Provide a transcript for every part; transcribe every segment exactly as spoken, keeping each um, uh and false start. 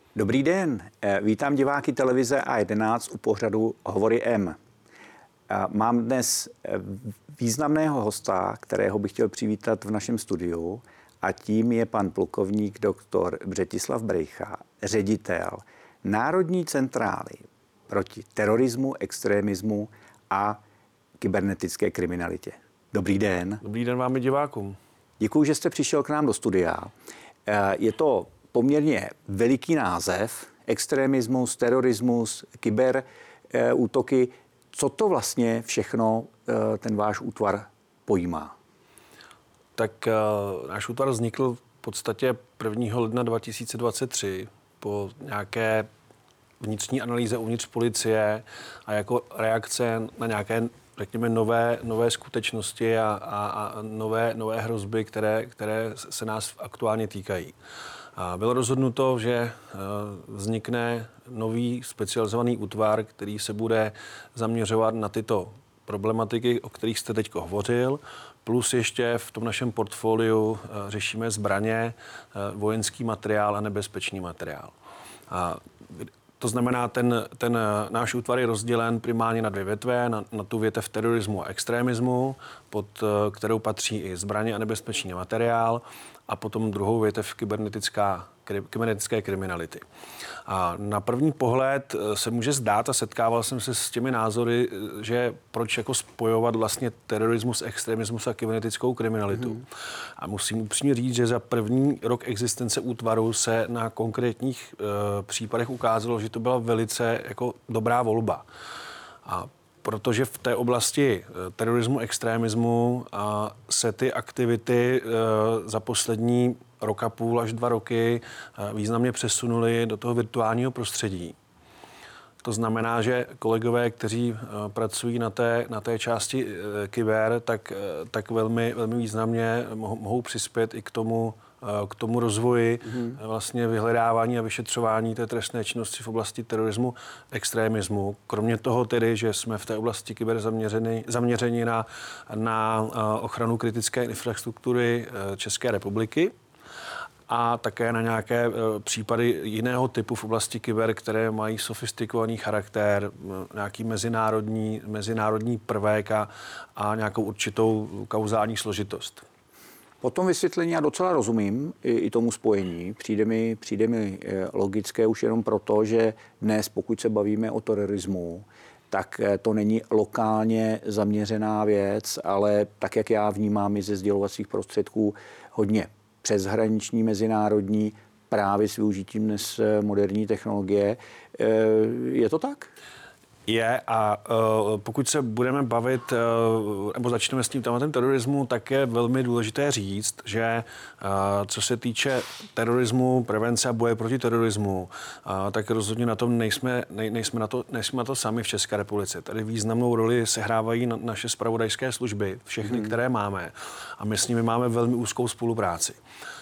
Dobrý den, vítám diváky televize A jedenáct u pořadu Hovory M. Mám dnes významného hosta, kterého bych chtěl přivítat v našem studiu, a tím je pan plukovník doktor Břetislav Brejcha, ředitel Národní centrály proti terorismu, extremismu a kybernetické kriminalitě. Dobrý den. Dobrý den vám i divákům. Děkuji, že jste přišel k nám do studia. Je to poměrně veliký název, extremismus, terorismus, kyberútoky. Co to vlastně všechno ten váš útvar pojímá? Tak uh, náš útvar vznikl v podstatě prvního ledna dva tisíce dvacet tři po nějaké vnitřní analýze uvnitř policie a jako reakce na nějaké, řekněme, nové, nové skutečnosti a, a, a nové, nové hrozby, které, které se nás aktuálně týkají. A bylo rozhodnuto, že vznikne nový specializovaný útvar, který se bude zaměřovat na tyto problematiky, o kterých jste teď hovořil, plus ještě v tom našem portfoliu řešíme zbraně, vojenský materiál a nebezpečný materiál. A to znamená, ten, ten náš útvar je rozdělen primárně na dvě větve, na, na tu větev terorismu a extremismu, pod kterou patří i zbraně a nebezpečný materiál, a potom druhou větev kybernetická, kybernetické kriminality. A na první pohled se může zdát, a setkával jsem se s těmi názory, že proč jako spojovat vlastně terorismus, extremismus a kybernetickou kriminalitu. Hmm. A musím upřímně říct, že za první rok existence útvaru se na konkrétních uh, případech ukázalo, že to byla velice jako dobrá volba. A protože v té oblasti terorismu, extremismu a se ty aktivity za poslední rok a půl až dva roky významně přesunuly do toho virtuálního prostředí. To znamená, že kolegové, kteří pracují na té, na té části kyber, tak, tak velmi, velmi významně mohou přispět i k tomu, k tomu rozvoji mm. vlastně vyhledávání a vyšetřování té trestné činnosti v oblasti terorismu, extremismu. Kromě toho tedy, že jsme v té oblasti kyber zaměřeni, zaměřeni na, na ochranu kritické infrastruktury České republiky a také na nějaké případy jiného typu v oblasti kyber, které mají sofistikovaný charakter, nějaký mezinárodní, mezinárodní prvek a, a nějakou určitou kauzální složitost. Po tom vysvětlení já docela rozumím i, i tomu spojení. Přijde mi, přijde mi logické už jenom proto, že dnes, pokud se bavíme o terorismu, tak to není lokálně zaměřená věc, ale tak, jak já vnímám i ze sdělovacích prostředků, hodně přeshraniční, mezinárodní, právě s využitím dnes moderní technologie. Je to tak? Je a uh, pokud se budeme bavit, uh, nebo začneme s tím tématem terorismu, tak je velmi důležité říct, že uh, co se týče terorismu, prevence a boje proti terorismu, uh, tak rozhodně na tom nejsme, nej, nejsme, na to, nejsme na to sami v České republice. Tady významnou roli sehrávají na, naše zpravodajské služby, všechny, hmm. které máme, a my s nimi máme velmi úzkou spolupráci.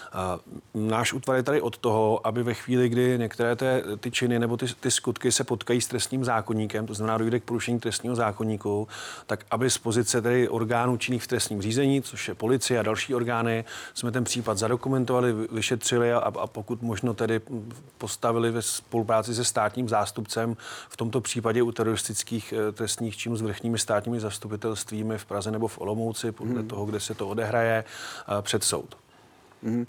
Uh, náš útvar je tady od toho, aby ve chvíli, kdy některé té, ty činy nebo ty, ty skutky se potkají s trestním zákoníkem, to znamená dojde k porušení trestního zákoníku, tak aby z pozice tedy orgánů činných v trestním řízení, což je policie a další orgány, jsme ten případ zadokumentovali, vyšetřili a, a pokud možno tedy postavili ve spolupráci se státním zástupcem, v tomto případě u teroristických trestních činů s vrchními státními zastupitelstvími v Praze nebo v Olomouci, podle hmm. toho, kde se to odehraje, před soud. Mm.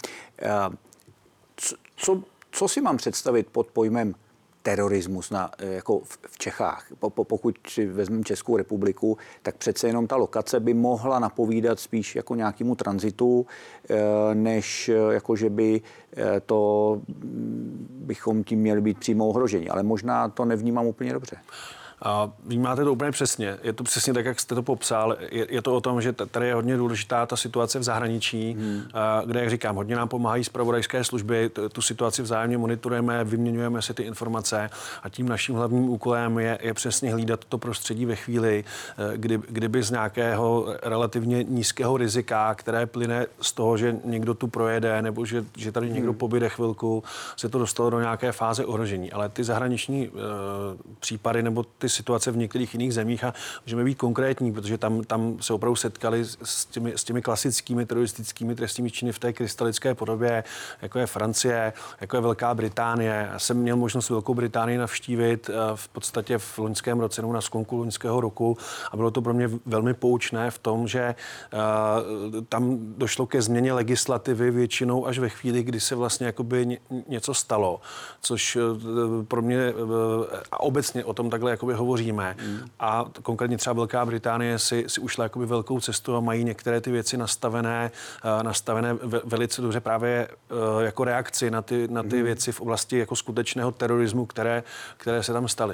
Co, co, co si mám představit pod pojmem terorismus na, jako v Čechách? Po, pokud si vezmeme Českou republiku, tak přece jenom ta lokace by mohla napovídat spíš jako nějakému tranzitu, než jako, že by to bychom tím měli být přímo ohroženi. Ale možná to nevnímám úplně dobře. A vnímáte to úplně přesně. Je to přesně tak, jak jste to popsal. Je, je to o tom, že tady je hodně důležitá ta situace v zahraničí, hmm. kde, jak říkám, hodně nám pomáhají zpravodajské služby, tu situaci vzájemně monitorujeme, vyměňujeme si ty informace a tím naším hlavním úkolem je, je přesně hlídat to prostředí ve chvíli, kdy, kdyby z nějakého relativně nízkého rizika, které plyne z toho, že někdo tu projede nebo že, že tady někdo hmm. pobyde chvilku, se to dostalo do nějaké fáze ohrožení. Ale ty zahraniční uh, případy nebo ty situace v některých jiných zemích a můžeme být konkrétní, protože tam, tam se opravdu setkali s těmi, s těmi klasickými teroristickými trestnými činy v té krystalické podobě, jako je Francie, jako je Velká Británie. Já jsem měl možnost Velkou Británii navštívit v podstatě v loňském roce, nebo na sklonku loňského roku a bylo to pro mě velmi poučné v tom, že uh, tam došlo ke změně legislativy většinou až ve chvíli, kdy se vlastně jakoby ně, něco stalo, což uh, pro mě uh, a obecně o tom takhle jakoby hovoříme. Mm. A konkrétně třeba Velká Británie si, si ušla jakoby velkou cestu a mají některé ty věci nastavené, uh, nastavené ve, velice dobře právě uh, jako reakci na ty, na ty mm. věci v oblasti jako skutečného terorismu, které, které se tam staly.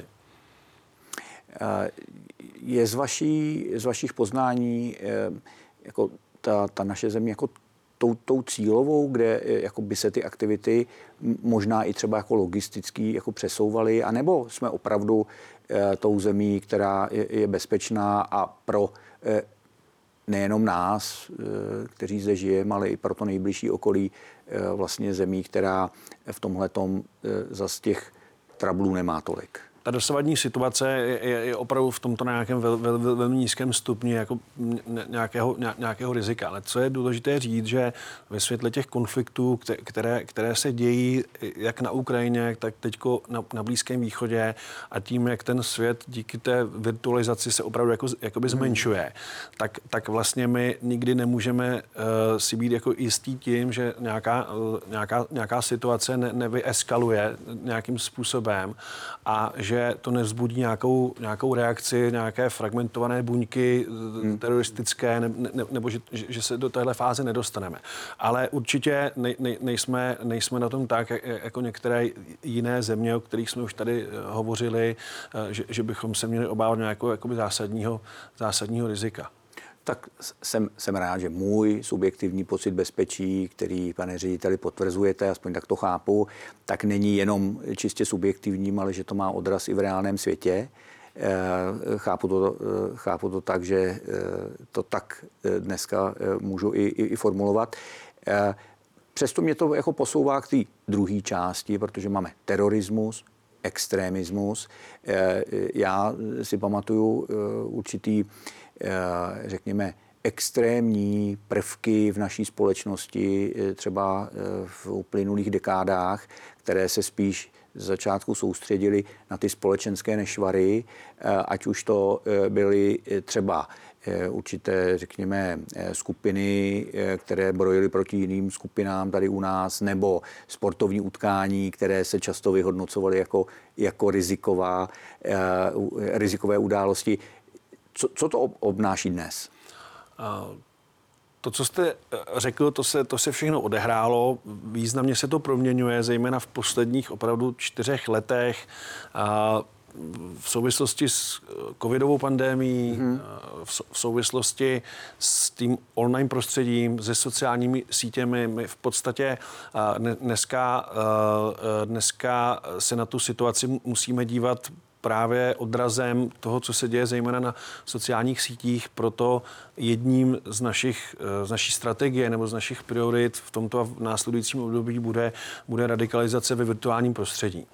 Je z, vaší, z vašich poznání jako ta, ta naše země jako tou, tou cílovou, kde jako by se ty aktivity možná i třeba jako logisticky jako přesouvaly, anebo jsme opravdu tou zemí, která je, je bezpečná a pro nejenom nás, kteří zde žijeme, ale i pro to nejbližší okolí vlastně zemí, která v tomhletom zas těch trablů nemá tolik. Ta dosavadní situace je, je, je opravdu v tomto na nějakém vel, vel, vel, velmi nízkém stupni jako nějakého, nějakého rizika. Ale co je důležité říct, že ve světle těch konfliktů, které, které se dějí jak na Ukrajině, tak teďko na, na Blízkém východě a tím, jak ten svět díky té virtualizaci se opravdu jako, jakoby zmenšuje, tak, tak vlastně my nikdy nemůžeme uh, si být jako jistý tím, že nějaká, uh, nějaká, nějaká situace ne, nevyeskaluje nějakým způsobem a že že to nevzbudí nějakou, nějakou reakci, nějaké fragmentované buňky hmm. teroristické, ne, ne, nebo že, že se do téhle fáze nedostaneme. Ale určitě ne, ne, nejsme, nejsme na tom tak, jako některé jiné země, o kterých jsme už tady hovořili, že, že bychom se měli obávat nějakého jakoby zásadního, zásadního rizika. Tak jsem, jsem rád, že můj subjektivní pocit bezpečí, který, pane řediteli, potvrzujete, aspoň tak to chápu, tak není jenom čistě subjektivním, ale že to má odraz i v reálném světě. Chápu to, chápu to tak, že to tak dneska můžu i, i, i formulovat. Přesto mě to jako posouvá k té druhé části, protože máme terorismus, extremismus. Já si pamatuju určitý, řekněme, extrémní prvky v naší společnosti, třeba v uplynulých dekádách, které se spíš z začátku soustředili na ty společenské nešvary, ať už to byly třeba určité, řekněme, skupiny, které brojily proti jiným skupinám tady u nás, nebo sportovní utkání, které se často vyhodnocovaly jako, jako riziková, rizikové události. Co, co to obnáší dnes? To, co jste řekl, to se, to se všechno odehrálo. Významně se to proměňuje, zejména v posledních opravdu čtyřech letech. V souvislosti s covidovou pandemií, hmm. v souvislosti s tím online prostředím, se sociálními sítěmi. My v podstatě dneska, dneska se na tu situaci musíme dívat právě odrazem toho, co se děje zejména na sociálních sítích. Proto jedním z našich, z naší strategie nebo z našich priorit v tomto a v následujícím období bude, bude radikalizace ve virtuálním prostředí.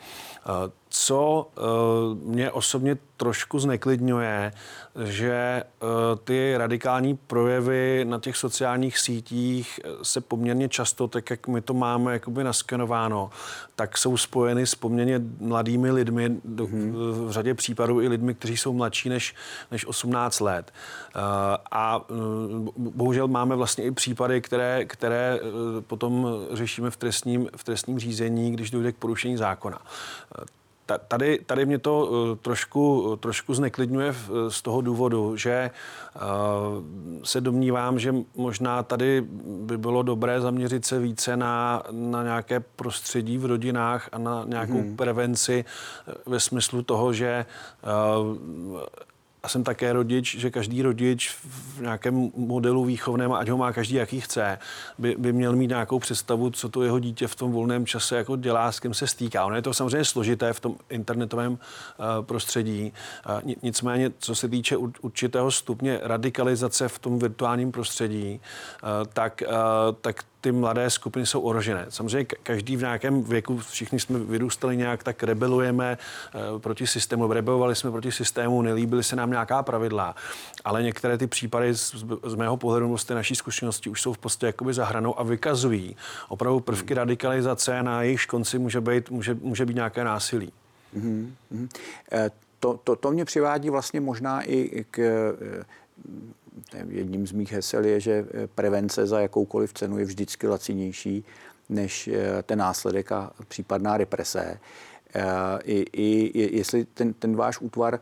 Co mě osobně trošku zneklidňuje, že ty radikální projevy na těch sociálních sítích se poměrně často, tak jak my to máme jakoby naskenováno, tak jsou spojeny s poměrně mladými lidmi, mm-hmm. v řadě případů i lidmi, kteří jsou mladší než, než osmnáct let. A bohužel máme vlastně i případy, které, které potom řešíme v trestním, v trestním řízení, když dojde k porušení zákona. Tady, tady mě to trošku, trošku zneklidňuje z toho důvodu, že se domnívám, že možná tady by bylo dobré zaměřit se více na, na nějaké prostředí v rodinách a na nějakou hmm. prevenci ve smyslu toho, že a jsem také rodič, že každý rodič v nějakém modelu výchovném, ať ho má každý, jaký chce, by, by měl mít nějakou představu, co to jeho dítě v tom volném čase jako dělá, s kým se stýká. Ono je to samozřejmě složité v tom internetovém uh, prostředí. Uh, nicméně, co se týče určitého stupně radikalizace v tom virtuálním prostředí, uh, tak, uh, tak ty mladé skupiny jsou ohrožené. Samozřejmě každý v nějakém věku, všichni jsme vyrůstali nějak, tak rebelujeme proti systému, rebelujeme jsme proti systému, nelíbily se nám nějaká pravidla, ale některé ty případy z, z mého pohledu, z té naší zkušenosti už jsou v podstatě jakoby za hranou a vykazují opravdu prvky radikalizace a na jejich konci může být, může, může být nějaké násilí. Mm-hmm. To, to, to mě přivádí vlastně možná i k jedním z mých hesel je, že prevence za jakoukoliv cenu je vždycky lacinější než ten následek a případná represe. I, i jestli ten, ten váš útvar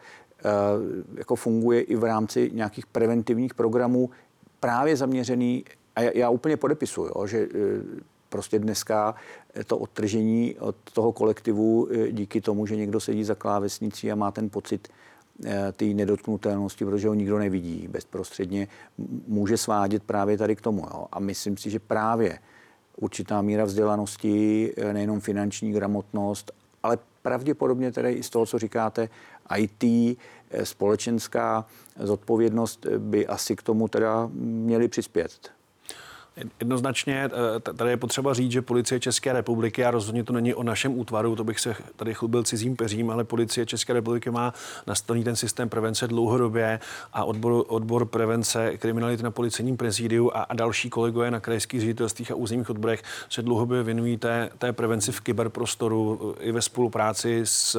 jako funguje i v rámci nějakých preventivních programů právě zaměřený, a já, já úplně podepisuju, jo, že prostě dneska to odtržení od toho kolektivu díky tomu, že někdo sedí za klávesnicí a má ten pocit té nedotknutelnosti, protože ho nikdo nevidí bezprostředně, může svádět právě tady k tomu. Jo. A myslím si, že právě určitá míra vzdělanosti, nejenom finanční gramotnost, ale pravděpodobně tedy i z toho, co říkáte, í té, společenská zodpovědnost by asi k tomu teda měly přispět. Jednoznačně tady je potřeba říct, že Policie České republiky, a rozhodně to není o našem útvaru, to bych se tady chlubil cizím peřím, ale Policie České republiky má nastavený ten systém prevence dlouhodobě a odbor, odbor prevence kriminality na policejním prezidiu a, a další kolegové na krajských ředitelstvích a územních odborech se dlouhodobě věnují té, té prevenci v kyberprostoru i ve spolupráci s,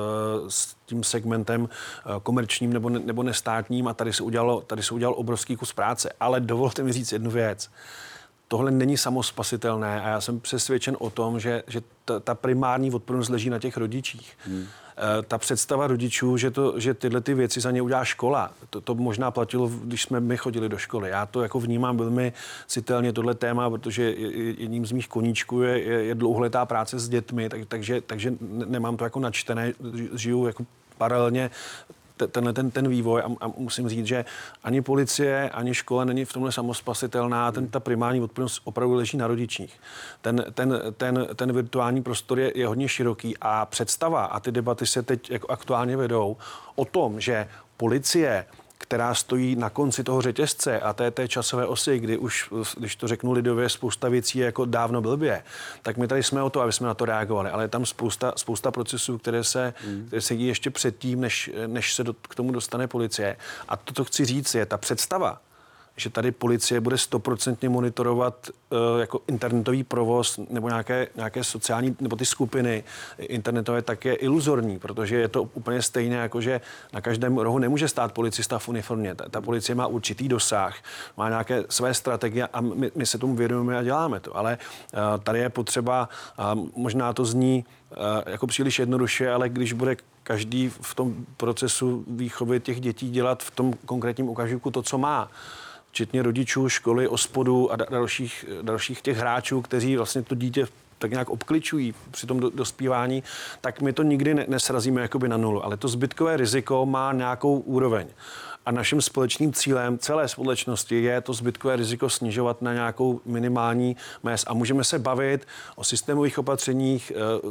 s tím segmentem komerčním nebo, ne, nebo nestátním a tady se udělalo, tady se udělal obrovský kus práce. Ale dovolte mi říct jednu věc. Tohle není samospasitelné a já jsem přesvědčen o tom, že, že ta, ta primární odpovědnost leží na těch rodičích. Hmm. E, ta představa rodičů, že, to, že tyhle ty věci za ně udělá škola, to, to možná platilo, když jsme my chodili do školy. Já to jako vnímám velmi citelně tohle téma, protože jedním z mých koníčků je, je, je dlouholetá práce s dětmi, tak, takže, takže nemám to jako načtené, žiju jako paralelně tenhle ten, ten vývoj a, a musím říct, že ani policie, ani škola není v tomhle samospasitelná, ten, ta primární odpovědnost opravdu leží na rodičích. Ten, ten, ten, ten virtuální prostor je, je hodně široký a představa, a ty debaty se teď jako aktuálně vedou, o tom, že policie, která stojí na konci toho řetězce a té, té časové osy, kdy už, když to řeknu lidově, spousta věcí je jako dávno blbě, tak my tady jsme o to, aby jsme na to reagovali. Ale je tam spousta, spousta procesů, které se, mm. které se dějí ještě předtím, než, než se do, k tomu dostane policie. A to, co chci říct, je ta představa, že tady policie bude stoprocentně monitorovat uh, jako internetový provoz nebo nějaké, nějaké sociální, nebo ty skupiny internetové, tak je iluzorní, protože je to úplně stejné, jako že na každém rohu nemůže stát policista v uniformě. Ta, ta policie má určitý dosah, má nějaké své strategie a my, my se tomu věnujeme a děláme to. Ale uh, tady je potřeba, uh, možná to zní uh, jako příliš jednoduše, ale když bude každý v tom procesu výchovy těch dětí dělat v tom konkrétním okamžiku to, co má, včetně rodičů, školy, ospodů a dalších, dalších těch hráčů, kteří vlastně to dítě tak nějak obkličují při tom dospívání, tak my to nikdy nesrazíme jakoby na nulu. Ale to zbytkové riziko má nějakou úroveň. A naším společným cílem celé společnosti je to zbytkové riziko snižovat na nějakou minimální mez. A můžeme se bavit o systémových opatřeních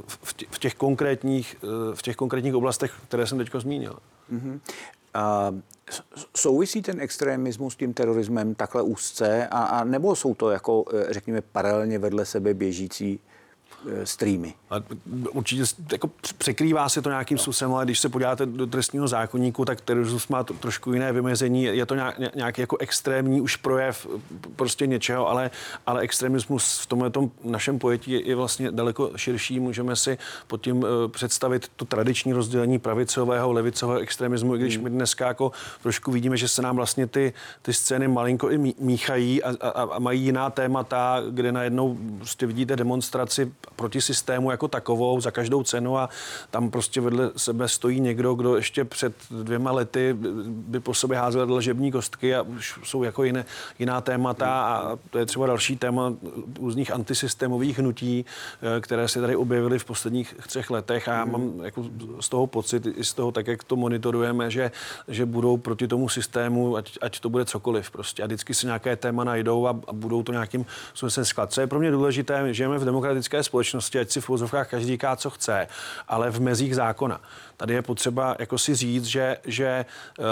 v těch konkrétních, v těch konkrétních oblastech, které jsem teď zmínil. Mm-hmm. Uh... Souvisí ten extremismus s tím terorismem takhle úzce a, a nebo jsou to jako, řekněme, paralelně vedle sebe běžící streamy? A určitě jako překrývá se to nějakým způsobem, ale když se podíváte do trestního zákoníku, tak terorismus má to, trošku jiné vymezení. Je to nějak, nějaký jako extrémní už projev prostě něčeho, ale, ale extremismus v tomhle tom našem pojetí je, je vlastně daleko širší. Můžeme si pod tím uh, představit to tradiční rozdělení pravicového, levicového extremismu, i když my dneska jako trošku vidíme, že se nám vlastně ty, ty scény malinko i míchají a, a, a mají jiná témata, kde najednou prostě vidíte demonstraci proti systému jako takovou za každou cenu a tam prostě vedle sebe stojí někdo, kdo ještě před dvěma lety by po sobě házel dlažební kostky a už jsou jako jiné, jiná témata a to je třeba další téma různých antisystémových hnutí, které se tady objevily v posledních třech letech a já mám jako z toho pocit, i z toho tak, jak to monitorujeme, že, že budou proti tomu systému, ať, ať to bude cokoliv prostě a vždycky si nějaké téma najdou a, a budou to nějakým způsobem sklad. Co je pro mě důležité, žijeme v demokratické společnosti, ať si v uvozovkách každý říká, co chce, ale v mezích zákona. Tady je potřeba jako si říct, že, že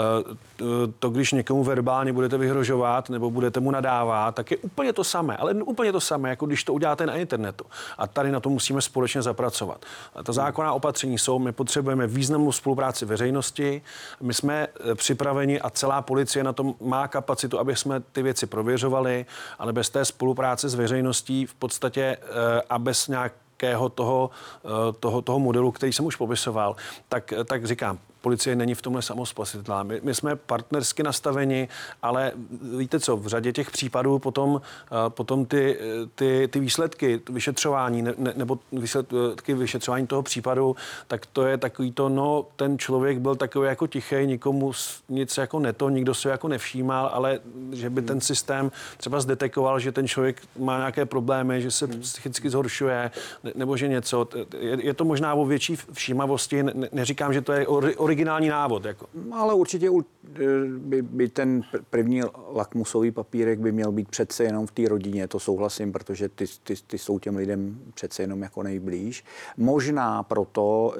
to, když někomu verbálně budete vyhrožovat nebo budete mu nadávat, tak je úplně to samé, ale úplně to samé, jako když to uděláte na internetu. A tady na to musíme společně zapracovat. A ta zákonná opatření jsou, my potřebujeme významnou spolupráci veřejnosti, my jsme připraveni a celá policie na to má kapacitu, aby jsme ty věci prověřovali, ale bez té spolupráce s veřejností v podstatě a bez nějak Toho, toho, toho modelu, který jsem už popisoval, tak, tak říkám, policie není v tomhle samospasitelná. My, my jsme partnersky nastaveni, ale víte co, v řadě těch případů potom, potom ty, ty, ty výsledky vyšetřování ne, nebo výsledky vyšetřování toho případu, tak to je takový to, no, ten člověk byl takový jako tichý, nikomu nic jako neto, nikdo se jako nevšímal, ale že by ten systém třeba zdetekoval, že ten člověk má nějaké problémy, že se psychicky zhoršuje, nebo že něco. Je, je to možná o větší všímavosti, ne, neříkám, že to je ori, originální návod. Jako. Ale určitě by, by ten první lakmusový papírek by měl být přece jenom v té rodině, to souhlasím, protože ty, ty, ty jsou těm lidem přece jenom jako nejblíž. Možná proto,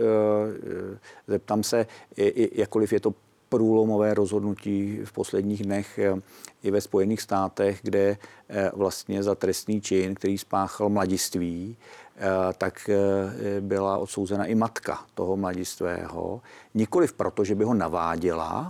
zeptám se, jakkoliv je to průlomové rozhodnutí v posledních dnech i ve Spojených státech, kde vlastně za trestný čin, který spáchal mladiství, tak byla odsouzena i matka toho mladistvého. Nikoliv proto, že by ho naváděla,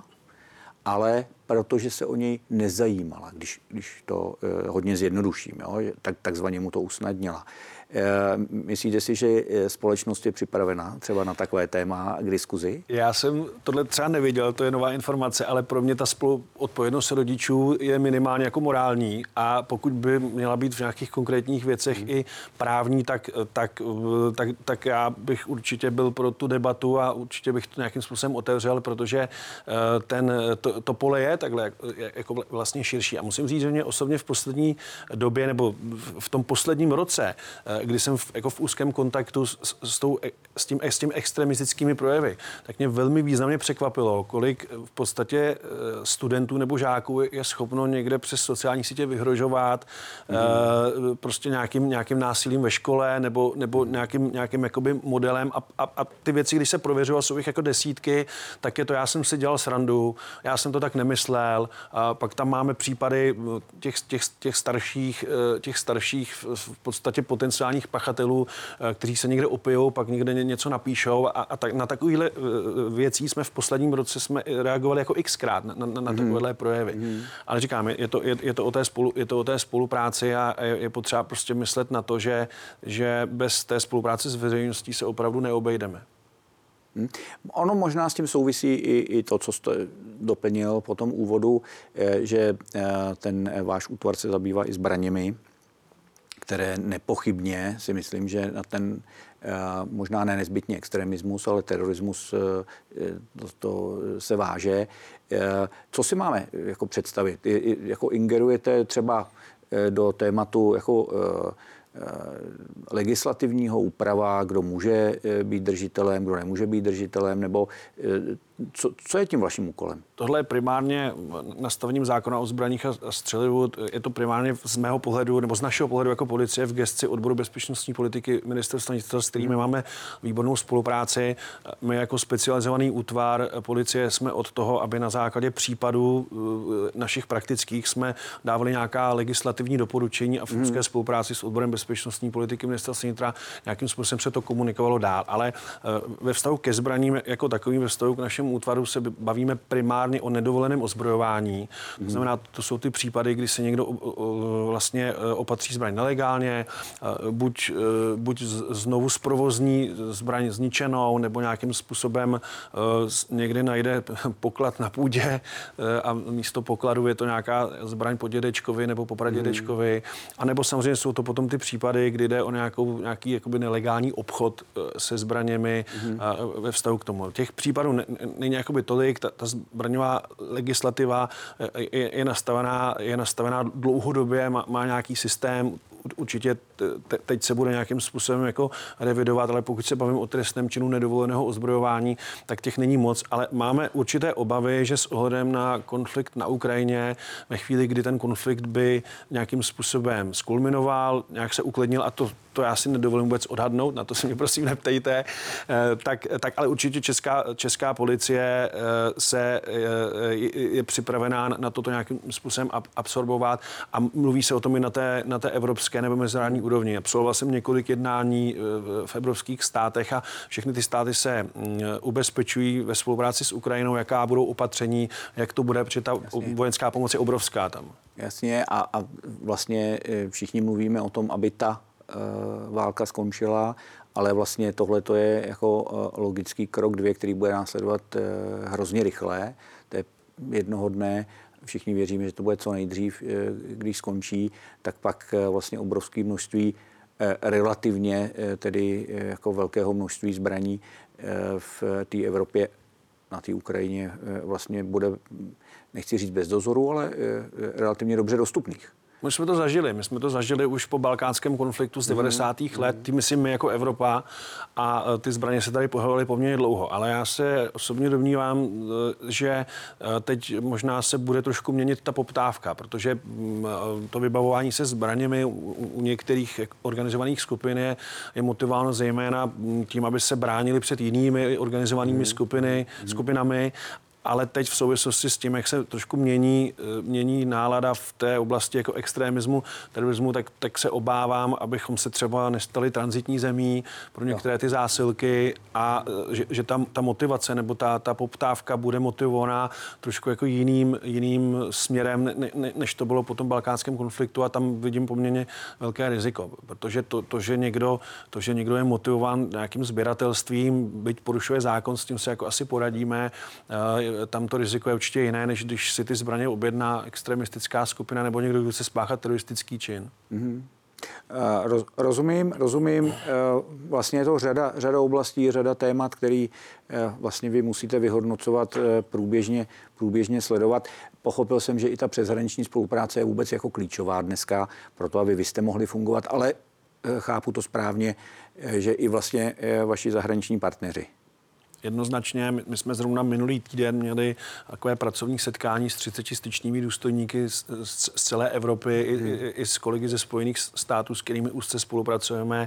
ale protože se o něj nezajímala, když, když to hodně zjednoduším, jo? Tak, takzvaně mu to usnadnila. Myslíte si, že společnost je připravena třeba na takové téma k diskuzi? Já jsem tohle třeba neviděl, to je nová informace, ale pro mě ta spoluodpovědnost rodičů je minimálně jako morální a pokud by měla být v nějakých konkrétních věcech hmm. i právní, tak, tak, tak, tak já bych určitě byl pro tu debatu a určitě bych to nějakým způsobem otevřel, protože ten, to, to pole je takhle jako vlastně širší. A musím říct, že mě osobně v poslední době nebo v tom posledním roce, kdy jsem v, jako v úzkém kontaktu s, s, tou, s, tím, s tím extremistickými projevy, tak mě velmi významně překvapilo, kolik v podstatě studentů nebo žáků je schopno někde přes sociální sítě vyhrožovat mm. uh, prostě nějakým, nějakým násilím ve škole nebo, nebo nějakým, nějakým jakoby modelem a, a, a ty věci, když se prověřoval, jsou jich jako desítky, tak je to, já jsem si dělal srandu, já jsem to tak nemyslel, a pak tam máme případy těch, těch, těch starších, těch starších v podstatě potenciálních pachatelů, kteří se někde opijou, pak někde něco napíšou a, a tak, na takovýhle věcí jsme v posledním roce jsme reagovali jako xkrát na, na, na mm. takovéhle projevy. Mm. Ale říkám, je to, je, je, to o té spolu, je to o té spolupráci a je, je potřeba prostě myslet na to, že, že bez té spolupráce s veřejností se opravdu neobejdeme. Hmm. Ono možná s tím souvisí i, i to, co jste doplnil po tom úvodu, že ten váš útvar se zabývá i zbraněmi, které nepochybně si myslím, že na ten možná ne nezbytně extremismus, ale terorismus to, to se váže. Co si máme jako představit? Jako ingerujete třeba do tématu jako legislativního úprava, kdo může být držitelem, kdo nemůže být držitelem, nebo co, co je tím vaším úkolem? Tohle je primárně nastavením zákona o zbraních a střelivu. Je to primárně z mého pohledu, nebo z našeho pohledu jako policie v gesci odboru bezpečnostní politiky ministerstva vnitra, s kterými máme výbornou spolupráci. My jako specializovaný útvar policie jsme od toho, aby na základě případů našich praktických jsme dávali nějaká legislativní doporučení a v úzké spolupráci s odborem bezpečnostní politiky ministerstva vnitra nějakým způsobem se to komunikovalo dál. Ale ve vztahu ke zbraním jako takovým, ve vztahu k našemu útvaru se bavíme primárně o nedovoleném ozbrojování. To znamená, to jsou ty případy, kdy se někdo vlastně opatří zbraň nelegálně, buď, buď znovu zprovozní zbraň zničenou, nebo nějakým způsobem někde najde poklad na půdě a místo pokladu je to nějaká zbraň po dědečkovi nebo po pradědečkovi. A nebo samozřejmě jsou to potom ty případy, kdy jde o nějakou, nějaký jakoby nelegální obchod se zbraněmi ve vztahu k tomu. Těch případů ne, není jakoby tolik, ta, ta zbraňová legislativa je, je, nastavená, je nastavená dlouhodobě, má, má nějaký systém, určitě te, teď se bude nějakým způsobem jako revidovat, ale pokud se bavím o trestném činu nedovoleného ozbrojování, tak těch není moc, ale máme určité obavy, že s ohledem na konflikt na Ukrajině, ve chvíli, kdy ten konflikt by nějakým způsobem skulminoval, nějak se uklidnil, a to, to já si nedovolím vůbec odhadnout, na to se mě prosím neptejte, tak, tak ale určitě česká, česká policie se je, je připravená na toto nějakým způsobem absorbovat a mluví se o tom i na té, na té evropské nebo mezinárodní úrovni. Absolvoval jsem několik jednání v evropských státech a všechny ty státy se ubezpečují ve spolupráci s Ukrajinou, jaká budou opatření, jak to bude, protože ta Jasně. vojenská pomoc je obrovská tam. Jasně a, a vlastně všichni mluvíme o tom, aby ta uh, válka skončila, ale vlastně tohle to je jako uh, logický krok dvě, který bude následovat uh, hrozně rychle. To je jednoho dne. Všichni věříme, že to bude co nejdřív, uh, když skončí, tak pak uh, vlastně obrovské množství uh, relativně uh, tedy uh, jako velkého množství zbraní uh, v té Evropě na té Ukrajině uh, vlastně bude, nechci říct bez dozoru, ale uh, relativně dobře dostupných. My jsme to zažili. My jsme to zažili už po balkánském konfliktu z devadesátých let, tím myslím my jako Evropa, a ty zbraně se tady pohybovaly poměrně dlouho. Ale já se osobně domnívám, že teď možná se bude trošku měnit ta poptávka, protože to vybavování se zbraněmi u některých organizovaných skupin je, je motivováno zejména tím, aby se bránili před jinými organizovanými skupiny, skupinami. Ale teď v souvislosti s tím, jak se trošku mění, mění nálada v té oblasti jako extremismu, terorismu, tak, tak se obávám, abychom se třeba nestali tranzitní zemí pro některé ty zásilky a že, že tam ta motivace nebo ta, ta poptávka bude motivovaná trošku jako jiným, jiným směrem, ne, ne, než to bylo po tom balkánském konfliktu, a tam vidím poměrně velké riziko, protože to, to, že někdo, to, že někdo je motivován nějakým sběratelstvím, byť porušuje zákon, s tím se jako asi poradíme, tam to riziko je určitě jiné, než když si ty zbraně objedná extremistická skupina nebo někdo, kdo chce spáchat teroristický čin. Mm-hmm. Roz, rozumím, rozumím. Vlastně je to řada, řada oblastí, řada témat, který vlastně vy musíte vyhodnocovat průběžně, průběžně sledovat. Pochopil jsem, že i ta přeshraniční spolupráce je vůbec jako klíčová dneska pro to, aby vy jste mohli fungovat, ale chápu to správně, že i vlastně vaši zahraniční partneři. Jednoznačně, my jsme zrovna minulý týden měli takové pracovní setkání s třiceti styčnými důstojníky z, z celé Evropy hmm. i, i s kolegy ze Spojených států, s kterými úzce spolupracujeme,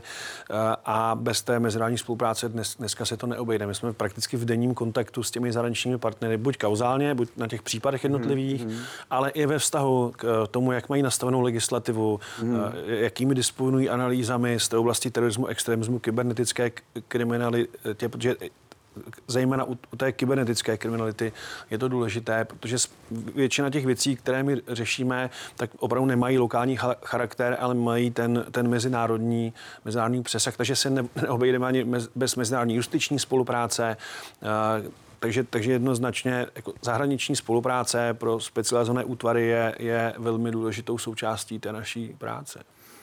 a bez té mezinárodní spolupráce dnes, dneska se to neobejde. My jsme prakticky v denním kontaktu s těmi zahraničními partnery, buď kauzálně, buď na těch případech jednotlivých, hmm. ale i ve vztahu k tomu, jak mají nastavenou legislativu, hmm. jakými disponují analýzami z té oblasti terorismu, extremismu, kybernetické kriminalitě, protože zejména u té kybernetické kriminality je to důležité, protože většina těch věcí, které my řešíme, tak opravdu nemají lokální charakter, ale mají ten, ten mezinárodní, mezinárodní přesah, takže se neobejdeme ani bez mezinárodní justiční spolupráce. Takže, takže jednoznačně jako zahraniční spolupráce pro specializované útvary je, je velmi důležitou součástí té naší práce.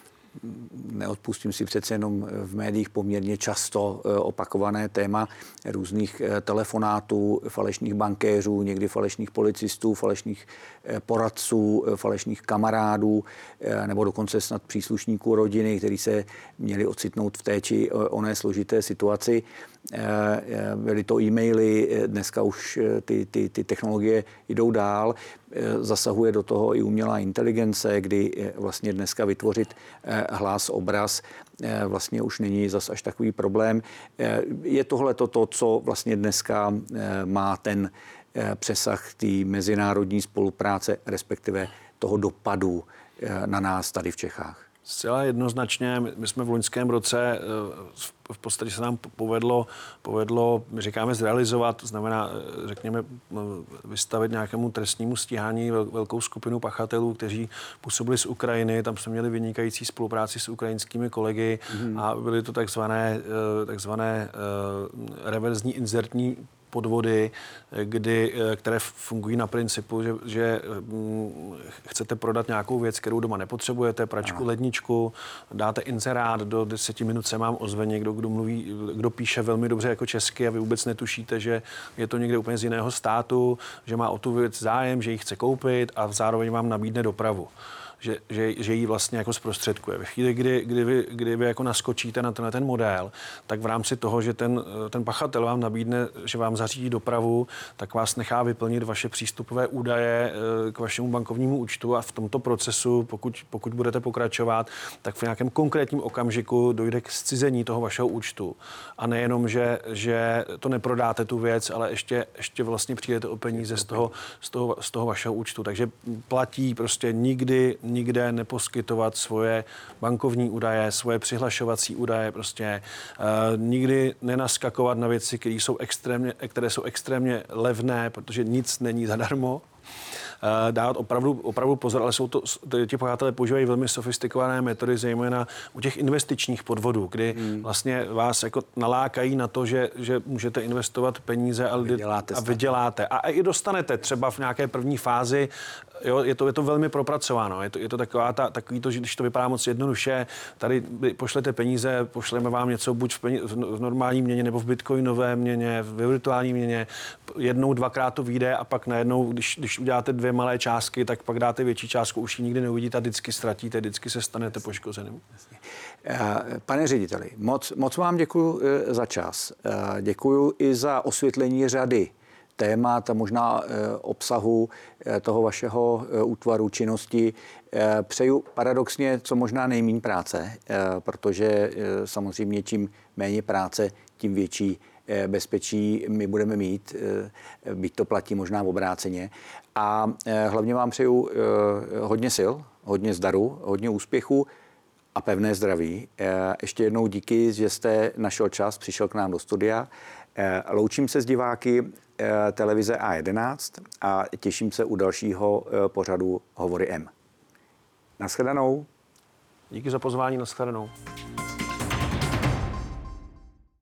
Neodpustím si přece jenom v médiích poměrně často opakované téma různých telefonátů, falešných bankéřů, někdy falešných policistů, falešných poradců, falešných kamarádů nebo dokonce snad příslušníků rodiny, kteří se měli ocitnout v té či oné složité situaci. Byly to e-maily, dneska už ty, ty, ty technologie jdou dál, zasahuje do toho i umělá inteligence, kdy vlastně dneska vytvořit hlas, obraz vlastně už není zas až takový problém. Je tohle to, co vlastně dneska má ten přesah té mezinárodní spolupráce, respektive toho dopadu na nás tady v Čechách? Zcela jednoznačně, my jsme v loňském roce, v podstatě se nám povedlo, povedlo, my říkáme zrealizovat, to znamená, řekněme, vystavit nějakému trestnímu stíhání velkou skupinu pachatelů, kteří působili z Ukrajiny, tam jsme měli vynikající spolupráci s ukrajinskými kolegy mm. a byly to takzvané, takzvané reverzní inzertní podvody, kdy, které fungují na principu, že, že chcete prodat nějakou věc, kterou doma nepotřebujete, pračku, Aha. ledničku, dáte inzerát, do deseti minut se vám ozve někdo, kdo mluví, kdo píše velmi dobře jako česky a vy vůbec netušíte, že je to někde úplně z jiného státu, že má o tu věc zájem, že ji chce koupit a zároveň vám nabídne dopravu. že, že, že ji vlastně jako zprostředkuje. Ve chvíli, kdy, kdy, vy, kdy vy jako naskočíte na tenhle ten model, tak v rámci toho, že ten, ten pachatel vám nabídne, že vám zařídí dopravu, tak vás nechá vyplnit vaše přístupové údaje k vašemu bankovnímu účtu a v tomto procesu, pokud, pokud budete pokračovat, tak v nějakém konkrétním okamžiku dojde k zcizení toho vašeho účtu. A nejenom, že, že to neprodáte tu věc, ale ještě, ještě vlastně přijdete o peníze z toho, z toho, z toho vašeho účtu. Takže platí prostě nikdy, nikde neposkytovat svoje bankovní údaje, svoje přihlašovací údaje, prostě uh, nikdy nenaskakovat na věci, které jsou extrémně, které jsou extrémně levné, protože nic není zadarmo. Uh, dát opravdu, opravdu pozor, ale jsou to, ti pachatelé používají velmi sofistikované metody, zejména u těch investičních podvodů, kdy hmm. vlastně vás jako nalákají na to, že, že můžete investovat peníze a, vyděláte a vyděláte. A i dostanete třeba v nějaké první fázi, jo, je to, je to velmi propracováno. Je to, je to taková ta, takový to, že když to vypadá moc jednoduše, tady pošlete peníze, pošleme vám něco buď v, peníze, v normální měně nebo v bitcoinové měně, v virtuální měně, jednou, dvakrát to vyjde a pak najednou, když, když uděláte dvě malé částky, tak pak dáte větší částku, už ji nikdy neuvidíte a vždycky ztratíte, vždycky se stanete poškozeným. Pane řediteli, moc, moc vám děkuji za čas. Děkuji i za osvětlení řady témat a možná obsahu toho vašeho útvaru činnosti. Přeju paradoxně co možná nejméně práce, protože samozřejmě čím méně práce, tím větší bezpečí my budeme mít, byť to platí možná v obráceně. A hlavně vám přeju hodně sil, hodně zdaru, hodně úspěchu a pevné zdraví. Ještě jednou díky, že jste našel čas, přišel k nám do studia. Loučím se s diváky televize A jedenáct a těším se u dalšího pořadu Hovory M. Naschledanou. Díky za pozvání, naschledanou.